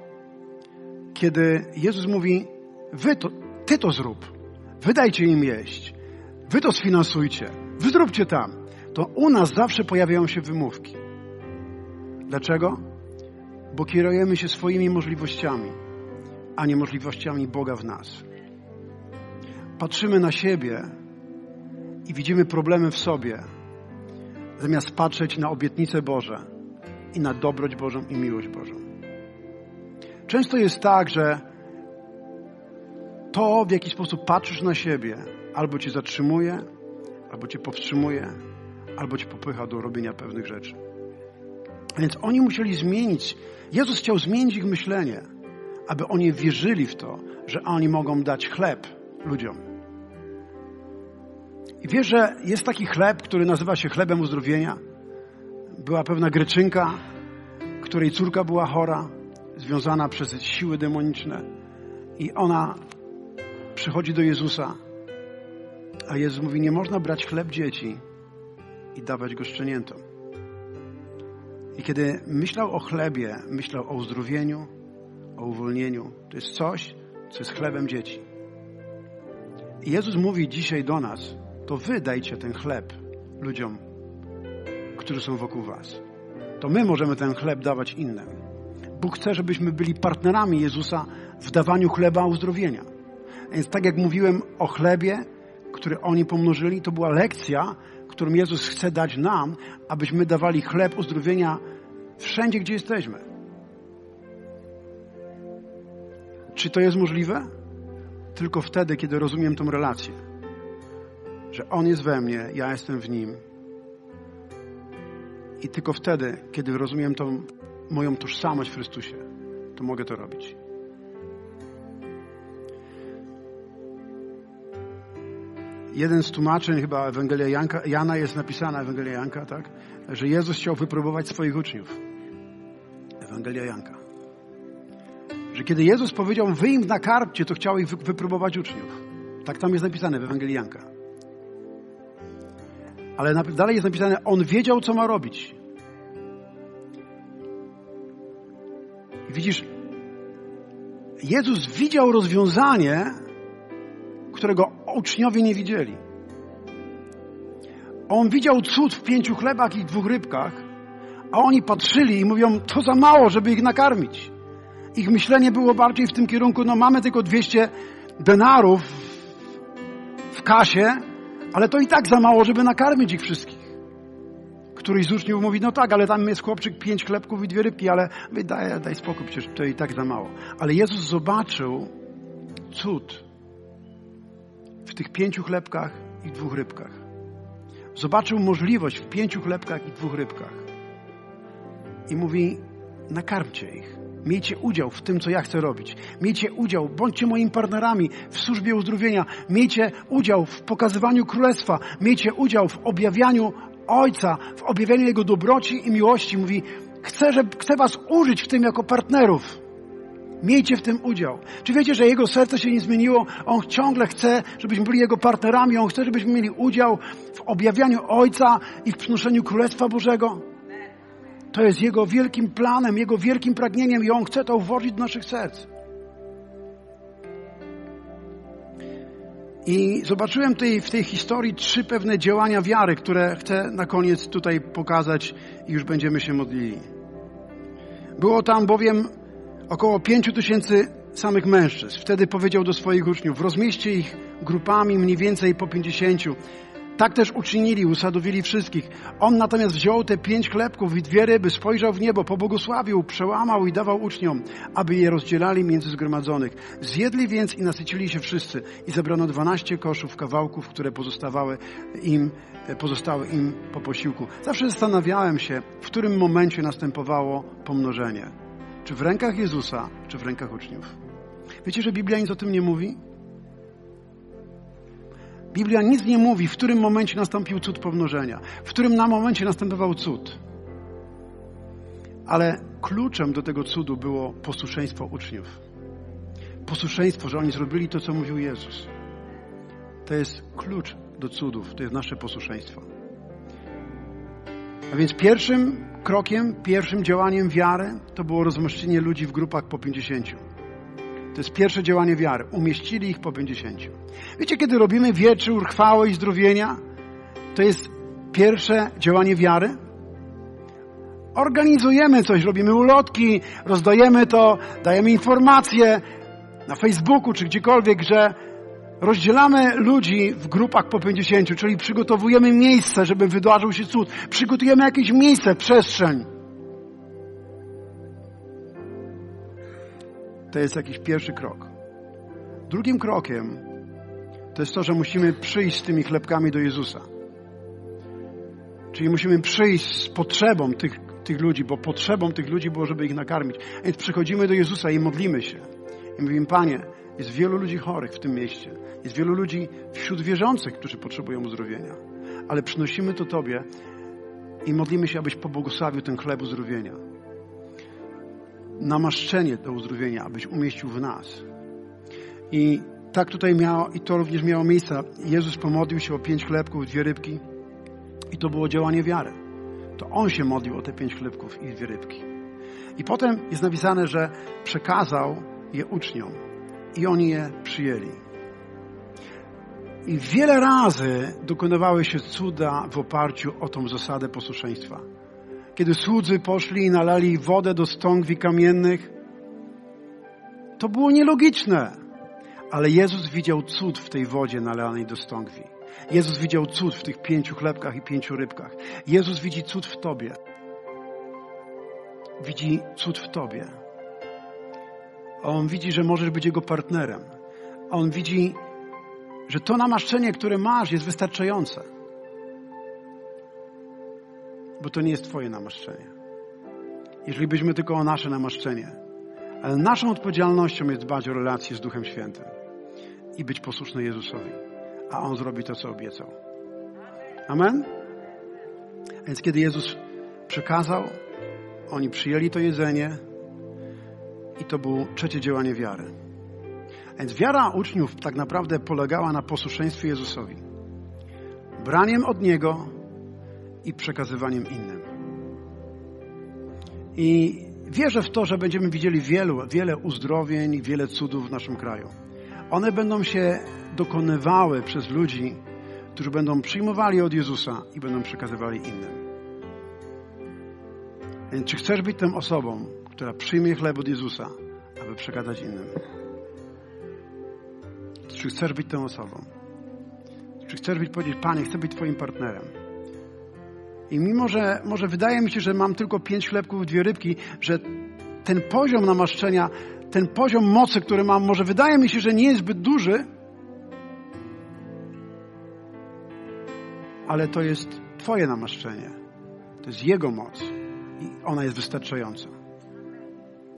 kiedy Jezus mówi, ty to zrób, wy dajcie im jeść, wy to sfinansujcie, wy zróbcie tam, to u nas zawsze pojawiają się wymówki. Dlaczego? Bo kierujemy się swoimi możliwościami, a nie możliwościami Boga w nas. Patrzymy na siebie i widzimy problemy w sobie, zamiast patrzeć na obietnice Boże i na dobroć Bożą i miłość Bożą. Często jest tak, że to, w jaki sposób patrzysz na siebie, albo cię zatrzymuje, albo cię powstrzymuje, albo cię popycha do robienia pewnych rzeczy. Więc oni musieli zmienić, Jezus chciał zmienić ich myślenie, aby oni wierzyli w to, że oni mogą dać chleb ludziom. I wiesz, że jest taki chleb, który nazywa się chlebem uzdrowienia? Była pewna Greczynka, której córka była chora, związana przez siły demoniczne. I ona przychodzi do Jezusa, a Jezus mówi, nie można brać chleb dzieci i dawać go szczeniętom. I kiedy myślał o chlebie, myślał o uzdrowieniu, o uwolnieniu. To jest coś, co jest chlebem dzieci. I Jezus mówi dzisiaj do nas, to wy dajcie ten chleb ludziom, którzy są wokół was. To my możemy ten chleb dawać innym. Bóg chce, żebyśmy byli partnerami Jezusa w dawaniu chleba uzdrowienia. Więc tak jak mówiłem o chlebie, który oni pomnożyli, to była lekcja, którą Jezus chce dać nam, abyśmy dawali chleb uzdrowienia wszędzie, gdzie jesteśmy. Czy to jest możliwe? Tylko wtedy, kiedy rozumiem tą relację. Że On jest we mnie, ja jestem w Nim. I tylko wtedy, kiedy rozumiem tą moją tożsamość w Chrystusie, to mogę to robić. Jeden z tłumaczeń, chyba Ewangelia Jana jest napisana, Ewangelia Janka, tak? Że Jezus chciał wypróbować swoich uczniów. Ewangelia Janka. Że kiedy Jezus powiedział, wy im nakarmcie, to chciał ich wypróbować uczniów. Tak tam jest napisane w Ewangelii Janka. Ale dalej jest napisane, On wiedział, co ma robić. I widzisz, Jezus widział rozwiązanie, którego uczniowie nie widzieli. On widział cud w 5 chlebach i 2 rybkach, a oni patrzyli i mówią, to za mało, żeby ich nakarmić. Ich myślenie było bardziej w tym kierunku, no mamy tylko 200 denarów w kasie, ale to i tak za mało, żeby nakarmić ich wszystkich. Któryś z uczniów mówi, no tak, ale tam jest chłopczyk 5 chlebków i 2 rybki, ale daj spokój, przecież to i tak za mało. Ale Jezus zobaczył cud w tych 5 chlebkach i 2 rybkach. Zobaczył możliwość w 5 chlebkach i 2 rybkach. I mówi, nakarmcie ich. Miejcie udział w tym, co ja chcę robić. Miejcie udział, bądźcie moimi partnerami w służbie uzdrowienia. Miejcie udział w pokazywaniu Królestwa. Miejcie udział w objawianiu Ojca, w objawianiu Jego dobroci i miłości. Mówi, chcę was użyć w tym jako partnerów. Miejcie w tym udział. Czy wiecie, że Jego serce się nie zmieniło? On ciągle chce, żebyśmy byli Jego partnerami. On chce, żebyśmy mieli udział w objawianiu Ojca i w przynoszeniu Królestwa Bożego. To jest Jego wielkim planem, Jego wielkim pragnieniem i On chce to włożyć do naszych serc. I zobaczyłem w tej historii 3 pewne działania wiary, które chcę na koniec tutaj pokazać i już będziemy się modlili. Było tam bowiem około 5000 samych mężczyzn. Wtedy powiedział do swoich uczniów, rozmieśćcie ich grupami mniej więcej po 50. Tak też uczynili, usadowili wszystkich. On natomiast wziął te 5 chlebków i 2 ryby, spojrzał w niebo, pobłogosławił, przełamał i dawał uczniom, aby je rozdzielali między zgromadzonych. Zjedli więc i nasycili się wszyscy i zebrano 12 koszów kawałków, które pozostały im po posiłku. Zawsze zastanawiałem się, w którym momencie następowało pomnożenie. Czy w rękach Jezusa, czy w rękach uczniów. Wiecie, że Biblia nic o tym nie mówi? Biblia nic nie mówi, w którym momencie nastąpił cud pomnożenia, w którym momencie następował cud. Ale kluczem do tego cudu było posłuszeństwo uczniów. Posłuszeństwo, że oni zrobili to, co mówił Jezus. To jest klucz do cudów, to jest nasze posłuszeństwo. A więc pierwszym krokiem, pierwszym działaniem wiary to było rozmieszczenie ludzi w grupach po 50. To jest pierwsze działanie wiary. Umieścili ich po 50. Wiecie, kiedy robimy wieczór chwały i zdrowienia, to jest pierwsze działanie wiary. Organizujemy coś, robimy ulotki, rozdajemy to, dajemy informacje na Facebooku czy gdziekolwiek, że rozdzielamy ludzi w grupach po 50, czyli przygotowujemy miejsce, żeby wydarzył się cud. Przygotujemy jakieś miejsce, przestrzeń. To jest jakiś pierwszy krok. Drugim krokiem to jest to, że musimy przyjść z tymi chlebkami do Jezusa. Czyli musimy przyjść z potrzebą tych ludzi, bo potrzebą tych ludzi było, żeby ich nakarmić. Więc przychodzimy do Jezusa i modlimy się. I mówimy, Panie, Jest wielu ludzi chorych w tym mieście. Jest wielu ludzi wśród wierzących, którzy potrzebują uzdrowienia. Ale przynosimy to Tobie i modlimy się, abyś pobłogosławił ten chleb uzdrowienia. Namaszczenie do uzdrowienia, abyś umieścił w nas. I tak tutaj miało, i to również miało miejsce. Jezus pomodlił się o 5 chlebków, 2 rybki. I to było działanie wiary. To On się modlił o te 5 chlebków i 2 rybki. I potem jest napisane, że przekazał je uczniom. I oni je przyjęli. I wiele razy dokonywały się cuda w oparciu o tą zasadę posłuszeństwa. Kiedy słudzy poszli i nalali wodę do stągwi kamiennych, to było nielogiczne. Ale Jezus widział cud w tej wodzie nalanej do stągwi. Jezus widział cud w tych 5 chlebkach i 5 rybkach. Jezus widzi cud w Tobie. Widzi cud w Tobie. On widzi, że możesz być Jego partnerem. On widzi, że to namaszczenie, które masz, jest wystarczające. Bo to nie jest Twoje namaszczenie. Jeżeli byśmy tylko o nasze namaszczenie. Ale naszą odpowiedzialnością jest dbać o relacje z Duchem Świętym. I być posłuszny Jezusowi. A On zrobi to, co obiecał. Amen? Więc kiedy Jezus przekazał, oni przyjęli to jedzenie i to było trzecie działanie wiary. Więc wiara uczniów tak naprawdę polegała na posłuszeństwie Jezusowi. Braniem od Niego i przekazywaniem innym. I wierzę w to, że będziemy widzieli wiele uzdrowień, wiele cudów w naszym kraju. One będą się dokonywały przez ludzi, którzy będą przyjmowali od Jezusa i będą przekazywali innym. Więc czy chcesz być tą osobą, która przyjmie chleb od Jezusa, aby przekazać innym? Czy chcesz być tą osobą? Czy chcesz powiedzieć, Panie, chcę być Twoim partnerem? I mimo, że może wydaje mi się, że mam tylko 5 chlebków, 2 rybki, że ten poziom namaszczenia, ten poziom mocy, który mam, może wydaje mi się, że nie jest zbyt duży, ale to jest Twoje namaszczenie. To jest Jego moc i ona jest wystarczająca.